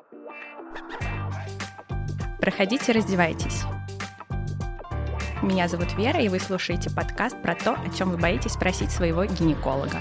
Проходите, раздевайтесь. Меня зовут Вера, и вы слушаете подкаст про то, о чем вы боитесь спросить своего гинеколога.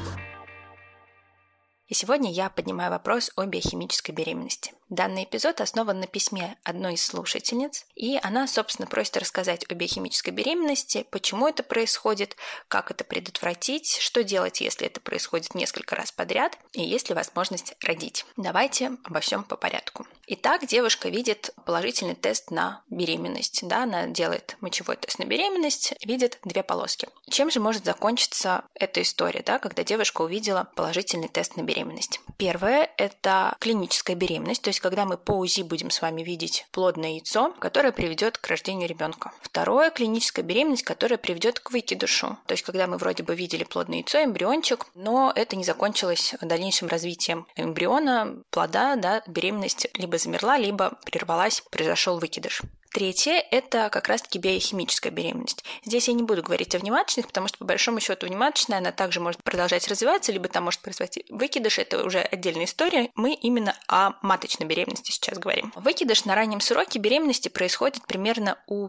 И сегодня я поднимаю вопрос о биохимической беременности. Данный эпизод основан на письме одной из слушательниц, и она, собственно, просит рассказать о биохимической беременности, почему это происходит, как это предотвратить, что делать, если это происходит несколько раз подряд, и есть ли возможность родить. Давайте обо всем по порядку. Итак, девушка видит положительный тест на беременность. Да, она делает мочевой тест на беременность, видит 2 полоски. Чем же может закончиться эта история, да, когда девушка увидела положительный тест на беременность? Первое – это клиническая беременность, то есть когда мы по УЗИ будем с вами видеть плодное яйцо, которое приведет к рождению ребенка. Второе – клиническая беременность, которая приведет к выкидышу. То есть когда мы вроде бы видели плодное яйцо, эмбриончик, но это не закончилось дальнейшим развитием эмбриона, плода, да, беременность либо замерла, либо прервалась, произошел выкидыш. Третье – это как раз-таки биохимическая беременность. Здесь я не буду говорить о внематочных, потому что, по большому счету, внематочная, она также может продолжать развиваться, либо там может произойти выкидыш, это уже отдельная история. Мы именно о маточной беременности сейчас говорим. Выкидыш на раннем сроке беременности происходит примерно у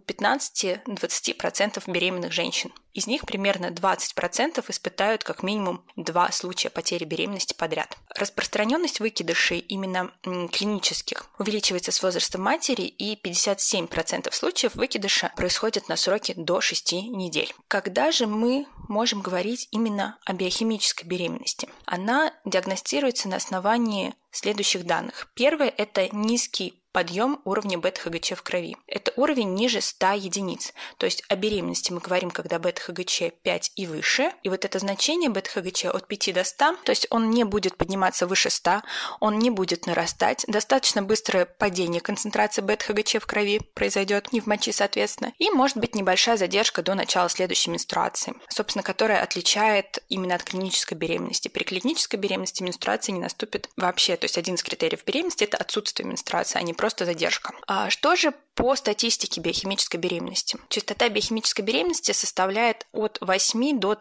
15-20% беременных женщин. Из них примерно 20% испытают как минимум 2 случая потери беременности подряд. Распространенность выкидышей именно клинических увеличивается с возрастом матери, и 57% случаев выкидыша происходят на сроке до 6 недель. Когда же мы можем говорить именно о биохимической беременности? Она диагностируется на основании следующих данных. Первое – это низкий подъем уровня бета-ХГЧ в крови. Это уровень ниже 100 единиц. То есть о беременности мы говорим, когда бета-ХГЧ 5 и выше. И вот это значение бета-ХГЧ от 5 до 100, то есть он не будет подниматься выше 100, он не будет нарастать. Достаточно быстрое падение концентрации бета-ХГЧ в крови произойдет, и в моче, соответственно. И может быть небольшая задержка до начала следующей менструации, собственно, которая отличает именно от клинической беременности. При клинической беременности менструация не наступит вообще. То есть один из критериев беременности – это отсутствие менструации, а не просто задержка. А что же по статистике биохимической беременности? Частота биохимической беременности составляет от 8 до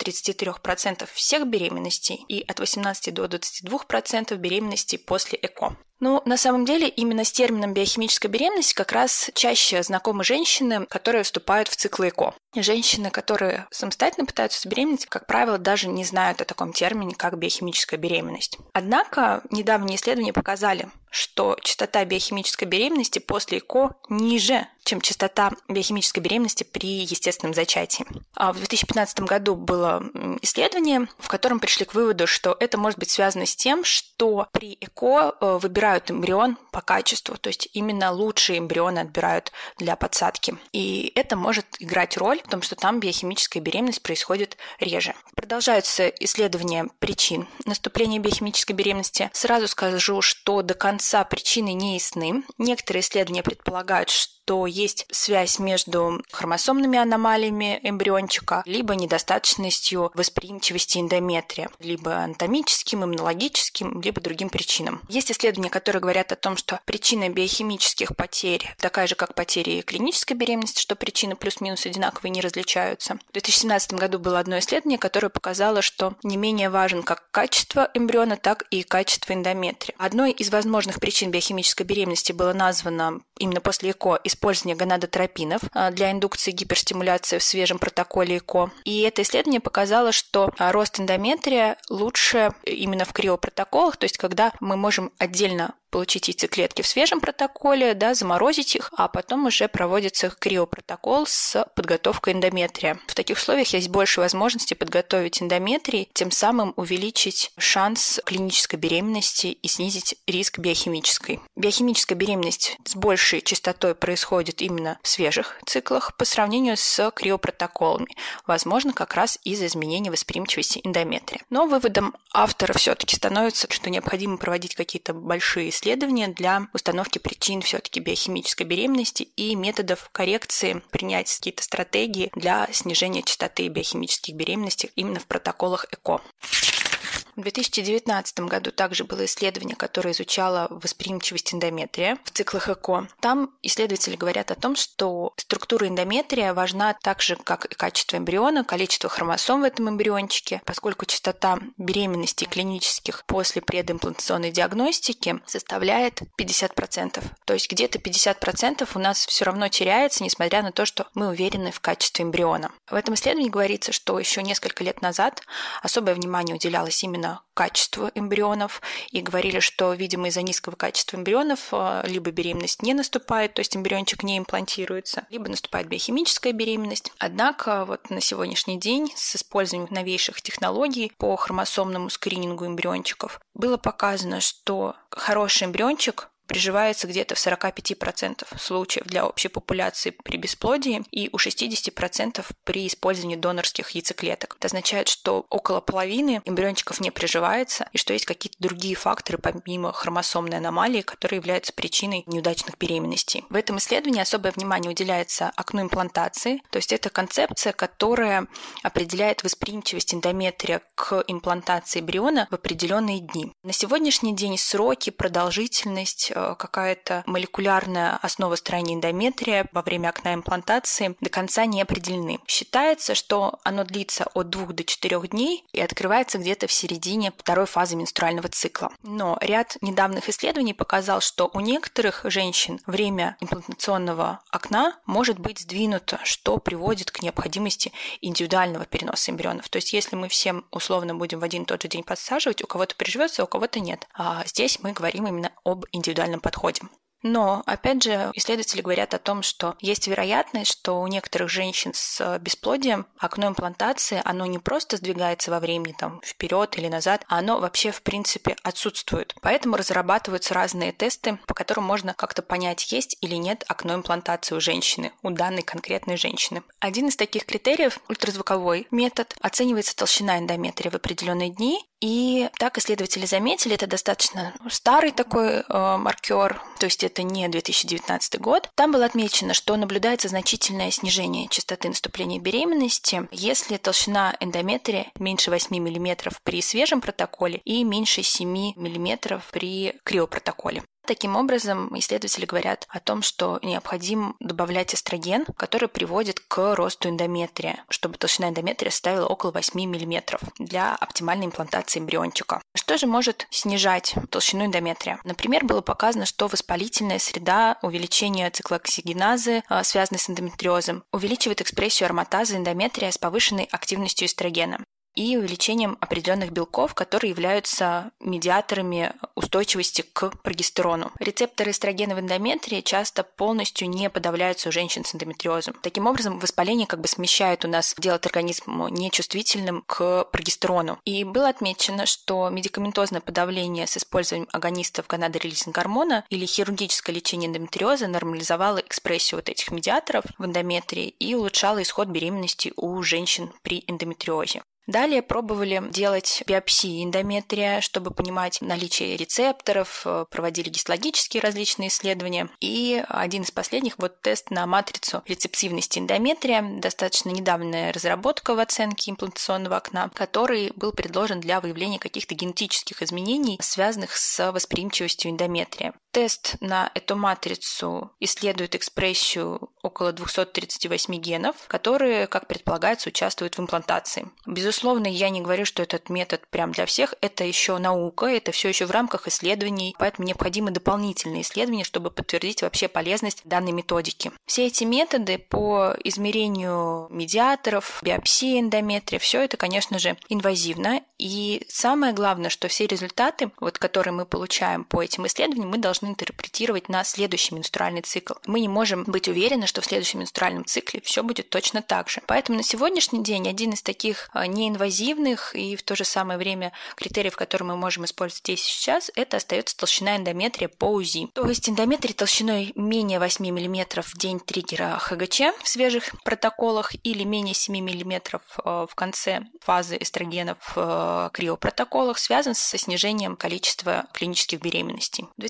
33% всех беременностей и от 18 до 22% беременностей после ЭКО. Ну, на самом деле, именно с термином биохимическая беременность как раз чаще знакомы женщины, которые вступают в циклы ЭКО. Женщины, которые самостоятельно пытаются забеременеть, как правило, даже не знают о таком термине, как биохимическая беременность. Однако, недавние исследования показали, что частота биохимической беременности после ЭКО ниже, чем частота биохимической беременности при естественном зачатии. В 2015 году было исследование, в котором пришли к выводу, что это может быть связано с тем, что при ЭКО выбирают эмбрион по качеству, то есть именно лучшие эмбрионы отбирают для подсадки. И это может играть роль в том, что там биохимическая беременность происходит реже. Продолжаются исследования причин наступления биохимической беременности. Сразу скажу, что до конца причины не ясны. Некоторые исследования предполагают, что есть связь между хромосомными аномалиями эмбриончика, либо недостаточностью восприимчивости эндометрия, либо анатомическим, иммунологическим, либо другим причинам. Есть исследования, которые говорят о том, что причина биохимических потерь такая же, как потери клинической беременности, что причины плюс-минус одинаковые, не различаются. В 2017 году было одно исследование, которое показало, что не менее важен как качество эмбриона, так и качество эндометрия. Одной из возможных причин биохимической беременности было названо именно после ЭКО использование гонадотропинов для индукции гиперстимуляции в свежем протоколе ЭКО. И это исследование показало, что рост эндометрия лучше именно в криопротоколах, то есть когда мы можем отдельно получить яйцеклетки в свежем протоколе, да, заморозить их, а потом уже проводится криопротокол с подготовкой эндометрия. В таких условиях есть больше возможности подготовить эндометрий, тем самым увеличить шанс клинической беременности и снизить риск биохимической. Биохимическая беременность с большей частотой происходит именно в свежих циклах по сравнению с криопротоколами. Возможно, как раз из-за изменения восприимчивости эндометрия. Но выводом автора все-таки становится, что необходимо проводить какие-то большие исследования для установки причин все-таки биохимической беременности и методов коррекции, принять какие-то стратегии для снижения частоты биохимических беременностей именно в протоколах ЭКО. В 2019 году также было исследование, которое изучало восприимчивость эндометрия в циклах ЭКО. Там исследователи говорят о том, что структура эндометрия важна так же, как и качество эмбриона, количество хромосом в этом эмбриончике, поскольку частота беременностей клинических после предимплантационной диагностики составляет 50%. То есть где-то 50% у нас все равно теряется, несмотря на то, что мы уверены в качестве эмбриона. В этом исследовании говорится, что еще несколько лет назад особое внимание уделялось именно качеству эмбрионов и говорили, что, видимо, из-за низкого качества эмбрионов либо беременность не наступает, то есть эмбриончик не имплантируется, либо наступает биохимическая беременность. Однако вот на сегодняшний день с использованием новейших технологий по хромосомному скринингу эмбриончиков было показано, что хороший эмбриончик приживается где-то в 45% случаев для общей популяции при бесплодии и у 60% при использовании донорских яйцеклеток. Это означает, что около половины эмбриончиков не приживается и что есть какие-то другие факторы помимо хромосомной аномалии, которые являются причиной неудачных беременностей. В этом исследовании особое внимание уделяется окну имплантации, то есть это концепция, которая определяет восприимчивость эндометрия к имплантации эмбриона в определенные дни. На сегодняшний день сроки, продолжительность, какая-то молекулярная основа строения эндометрия во время окна имплантации до конца не определены. Считается, что оно длится от 2 до 4 дней и открывается где-то в середине второй фазы менструального цикла. Но ряд недавних исследований показал, что у некоторых женщин время имплантационного окна может быть сдвинуто, что приводит к необходимости индивидуального переноса эмбрионов. То есть если мы всем условно будем в один и тот же день подсаживать, у кого-то приживется, а у кого-то нет. А здесь мы говорим именно об индивидуальном подходе. Но, опять же, исследователи говорят о том, что есть вероятность, что у некоторых женщин с бесплодием окно имплантации, оно не просто сдвигается во времени вперед или назад, а оно вообще, в принципе, отсутствует. Поэтому разрабатываются разные тесты, по которым можно как-то понять, есть или нет окно имплантации у женщины, у данной конкретной женщины. Один из таких критериев – ультразвуковой метод. Оценивается толщина эндометрия в определенные дни, и так исследователи заметили, это достаточно старый такой маркер, то есть это не 2019 год. Там было отмечено, что наблюдается значительное снижение частоты наступления беременности, если толщина эндометрия меньше 8 мм при свежем протоколе и меньше 7 мм при криопротоколе. Таким образом, исследователи говорят о том, что необходимо добавлять эстроген, который приводит к росту эндометрия, чтобы толщина эндометрия составила около 8 мм для оптимальной имплантации эмбриончика. Что же может снижать толщину эндометрия? Например, было показано, что воспалительная среда, увеличение циклооксигеназы, связанной с эндометриозом, увеличивает экспрессию ароматазы эндометрия с повышенной активностью эстрогена и увеличением определенных белков, которые являются медиаторами устойчивости к прогестерону. Рецепторы эстрогена в эндометрии часто полностью не подавляются у женщин с эндометриозом. Таким образом, воспаление смещает у нас, делает организм нечувствительным к прогестерону. И было отмечено, что медикаментозное подавление с использованием агонистов гонадорелизинг гормона или хирургическое лечение эндометриоза нормализовало экспрессию этих медиаторов в эндометрии и улучшало исход беременности у женщин при эндометриозе. Далее пробовали делать биопсии эндометрия, чтобы понимать наличие рецепторов, проводили гистологические различные исследования. И один из последних – тест на матрицу рецептивности эндометрия, достаточно недавняя разработка в оценке имплантационного окна, который был предложен для выявления каких-то генетических изменений, связанных с восприимчивостью эндометрия. Тест на эту матрицу исследует экспрессию около 238 генов, которые, как предполагается, участвуют в имплантации. Безусловно, я не говорю, что этот метод прям для всех. Это еще наука, это все еще в рамках исследований, поэтому необходимы дополнительные исследования, чтобы подтвердить вообще полезность данной методики. Все эти методы по измерению медиаторов, биопсии эндометрия, все это, конечно же, инвазивно. И самое главное, что все результаты, которые мы получаем по этим исследованиям, мы должны интерпретировать на следующий менструальный цикл. Мы не можем быть уверены, что в следующем менструальном цикле все будет точно так же. Поэтому на сегодняшний день один из таких неинвазивных и в то же самое время критериев, которые мы можем использовать здесь и сейчас, это остается толщина эндометрия по УЗИ. То есть эндометрий толщиной менее 8 мм в день триггера ХГЧ в свежих протоколах или менее 7 мм в конце фазы эстрогенов в криопротоколах связан со снижением количества клинических беременностей. В 2018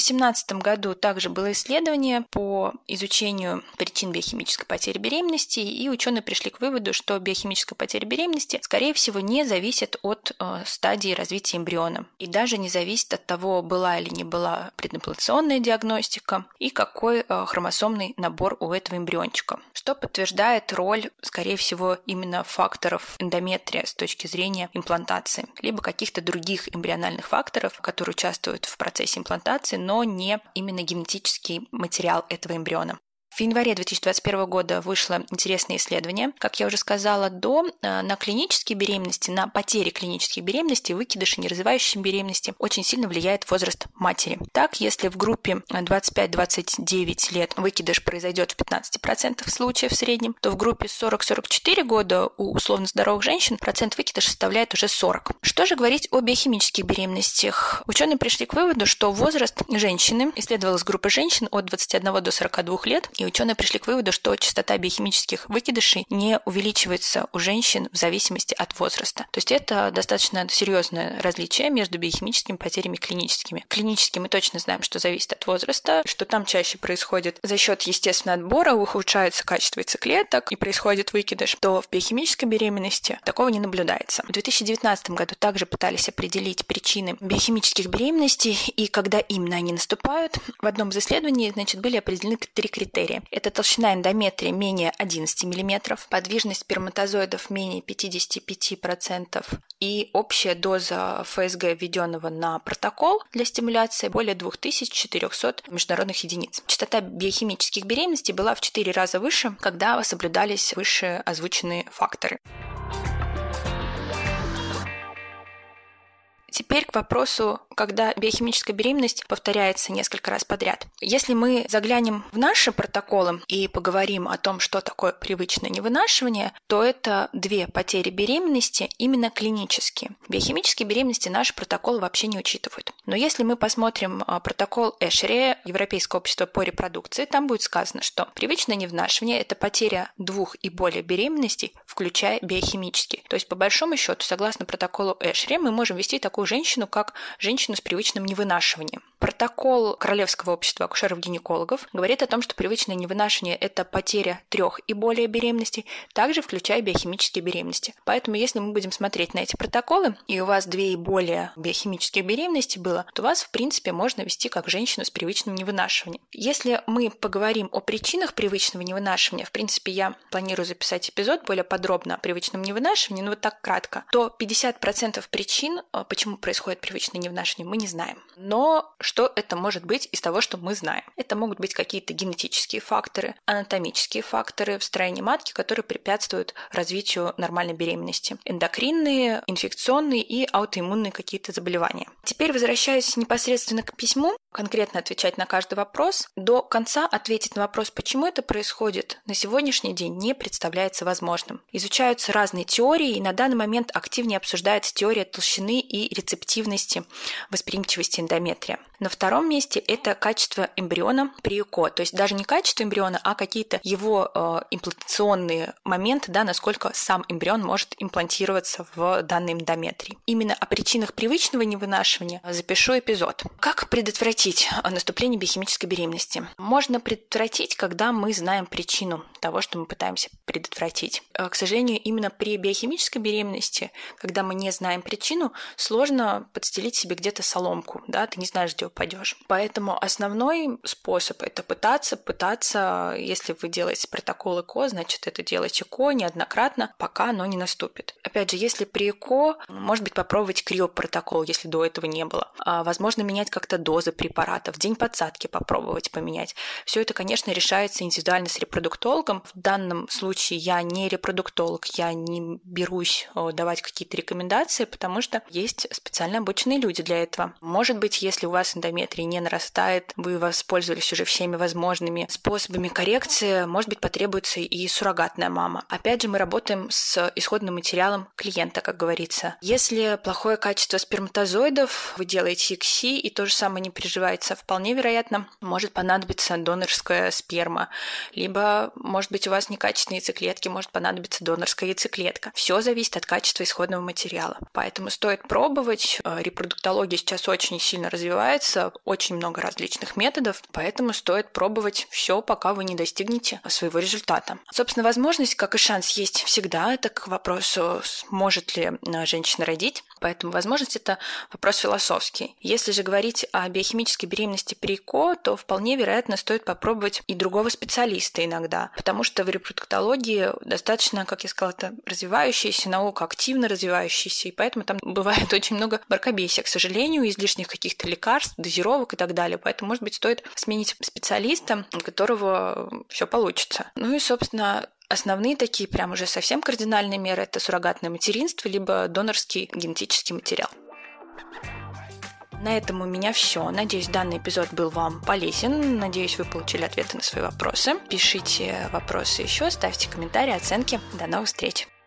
2017 году также было исследование по изучению причин биохимической потери беременности, и ученые пришли к выводу, что биохимическая потеря беременности, скорее всего, не зависит от стадии развития эмбриона и даже не зависит от того, была или не была предимплантационная диагностика и какой хромосомный набор у этого эмбриончика, что подтверждает роль, скорее всего, именно факторов эндометрия с точки зрения имплантации, либо каких-то других эмбриональных факторов, которые участвуют в процессе имплантации, но не именно генетический материал этого эмбриона. В январе 2021 года вышло интересное исследование. Как я уже сказала, на клинические беременности, на потери клинических беременностей, выкидыши, неразвивающей беременности очень сильно влияет возраст матери. Так, если в группе 25-29 лет выкидыш произойдет в 15% случаев в среднем, то в группе 40-44 года у условно здоровых женщин процент выкидыша составляет уже 40%. Что же говорить о биохимических беременностях? Ученые пришли к выводу, что возраст женщины, исследовалась группа женщин от 21 до 42 лет, и ученые пришли к выводу, что частота биохимических выкидышей не увеличивается у женщин в зависимости от возраста. То есть это достаточно серьезное различие между биохимическими потерями и клиническими. Клинически мы точно знаем, что зависит от возраста, что там чаще происходит за счет естественного отбора, ухудшается качество яйцеклеток и происходит выкидыш, то в биохимической беременности такого не наблюдается. В 2019 году также пытались определить причины биохимических беременностей и когда именно они наступают. В одном из исследований, были определены 3 критерия. Это толщина эндометрия менее 11 мм, подвижность сперматозоидов менее 55% и общая доза ФСГ, введенного на протокол для стимуляции, более 2400 международных единиц. Частота биохимических беременностей была в 4 раза выше, когда соблюдались выше озвученные факторы. Теперь к вопросу, когда биохимическая беременность повторяется несколько раз подряд. Если мы заглянем в наши протоколы и поговорим о том, что такое привычное невынашивание, то это 2 потери беременности именно клинические. Биохимические беременности наши протоколы вообще не учитывают. Но если мы посмотрим протокол Эшери, Европейского общества по репродукции, там будет сказано, что привычное невынашивание – это потеря 2 и более беременностей, включая биохимические. То есть, по большому счету, согласно протоколу Эшери, мы можем вести такую женщину, как женщину с привычным невынашиванием. Протокол Королевского общества акушеров-гинекологов говорит о том, что привычное невынашивание – это потеря 3 и более беременностей, также включая биохимические беременности. Поэтому, если мы будем смотреть на эти протоколы, и у вас 2 и более биохимических беременностей было, то вас, в принципе, можно вести как женщину с привычным невынашиванием. Если мы поговорим о причинах привычного невынашивания, в принципе, я планирую записать эпизод более подробно о привычном невынашивании, но вот так кратко, то 50% причин, почему происходит привычное невынашивание, мы не знаем. Но что это может быть из того, что мы знаем? Это могут быть какие-то генетические факторы, анатомические факторы в строении матки, которые препятствуют развитию нормальной беременности. Эндокринные, инфекционные и аутоиммунные какие-то заболевания. Теперь возвращаясь непосредственно к письму, конкретно отвечать на каждый вопрос. До конца ответить на вопрос, почему это происходит, на сегодняшний день не представляется возможным. Изучаются разные теории, и на данный момент активнее обсуждается теория толщины и рецептивности восприимчивости эндометрия. На втором месте это качество эмбриона при ЭКО, то есть даже не качество эмбриона, а какие-то его имплантационные моменты, насколько сам эмбрион может имплантироваться в данный эндометрий. Именно о причинах привычного невынашивания запишу эпизод. Как предотвратить наступление биохимической беременности? Можно предотвратить, когда мы знаем причину того, что мы пытаемся предотвратить. К сожалению, именно при биохимической беременности, когда мы не знаем причину, сложно подстелить себе где-то соломку, ты не знаешь, где упадешь. Поэтому основной способ – это пытаться, если вы делаете протокол ЭКО, значит, это делать ЭКО неоднократно, пока оно не наступит. Опять же, если при ЭКО, может быть, попробовать криопротокол, если до этого не было. Возможно, менять как-то дозы препаратов, день подсадки попробовать поменять. Все это, конечно, решается индивидуально с репродуктологом. В данном случае я не репродуктолог, я не берусь давать какие-то рекомендации, потому что есть специально обученные люди для этого. Может быть, если у вас эндометрий не нарастает, вы воспользовались уже всеми возможными способами коррекции, может быть, потребуется и суррогатная мама. Опять же, мы работаем с исходным материалом клиента, как говорится. Если плохое качество сперматозоидов, вы делаете ИКСИ, и то же самое не приживается, вполне вероятно, может понадобиться донорская сперма, либо, может быть, у вас некачественные яйцеклетки, может понадобиться донорская яйцеклетка. Все зависит от качества исходного материала. Поэтому стоит пробовать, пробовать. Репродуктология сейчас очень сильно развивается, очень много различных методов, поэтому стоит пробовать все, пока вы не достигнете своего результата. Собственно, возможность, как и шанс, есть всегда. Это к вопросу, сможет ли женщина родить. Поэтому возможность – это вопрос философский. Если же говорить о биохимической беременности при ЭКО, то вполне вероятно стоит попробовать и другого специалиста иногда, потому что в репродуктологии достаточно, как я сказала, это развивающаяся наука, активно развивающаяся, и поэтому там бывает очень много мракобесия, к сожалению, излишних каких-то лекарств, дозировок и так далее. Поэтому, может быть, стоит сменить специалиста, у которого все получится. Ну и, собственно, основные такие прям уже совсем кардинальные меры – это суррогатное материнство, либо донорский генетический материал. На этом у меня все. Надеюсь, данный эпизод был вам полезен. Надеюсь, вы получили ответы на свои вопросы. Пишите вопросы еще, ставьте комментарии, оценки. До новых встреч!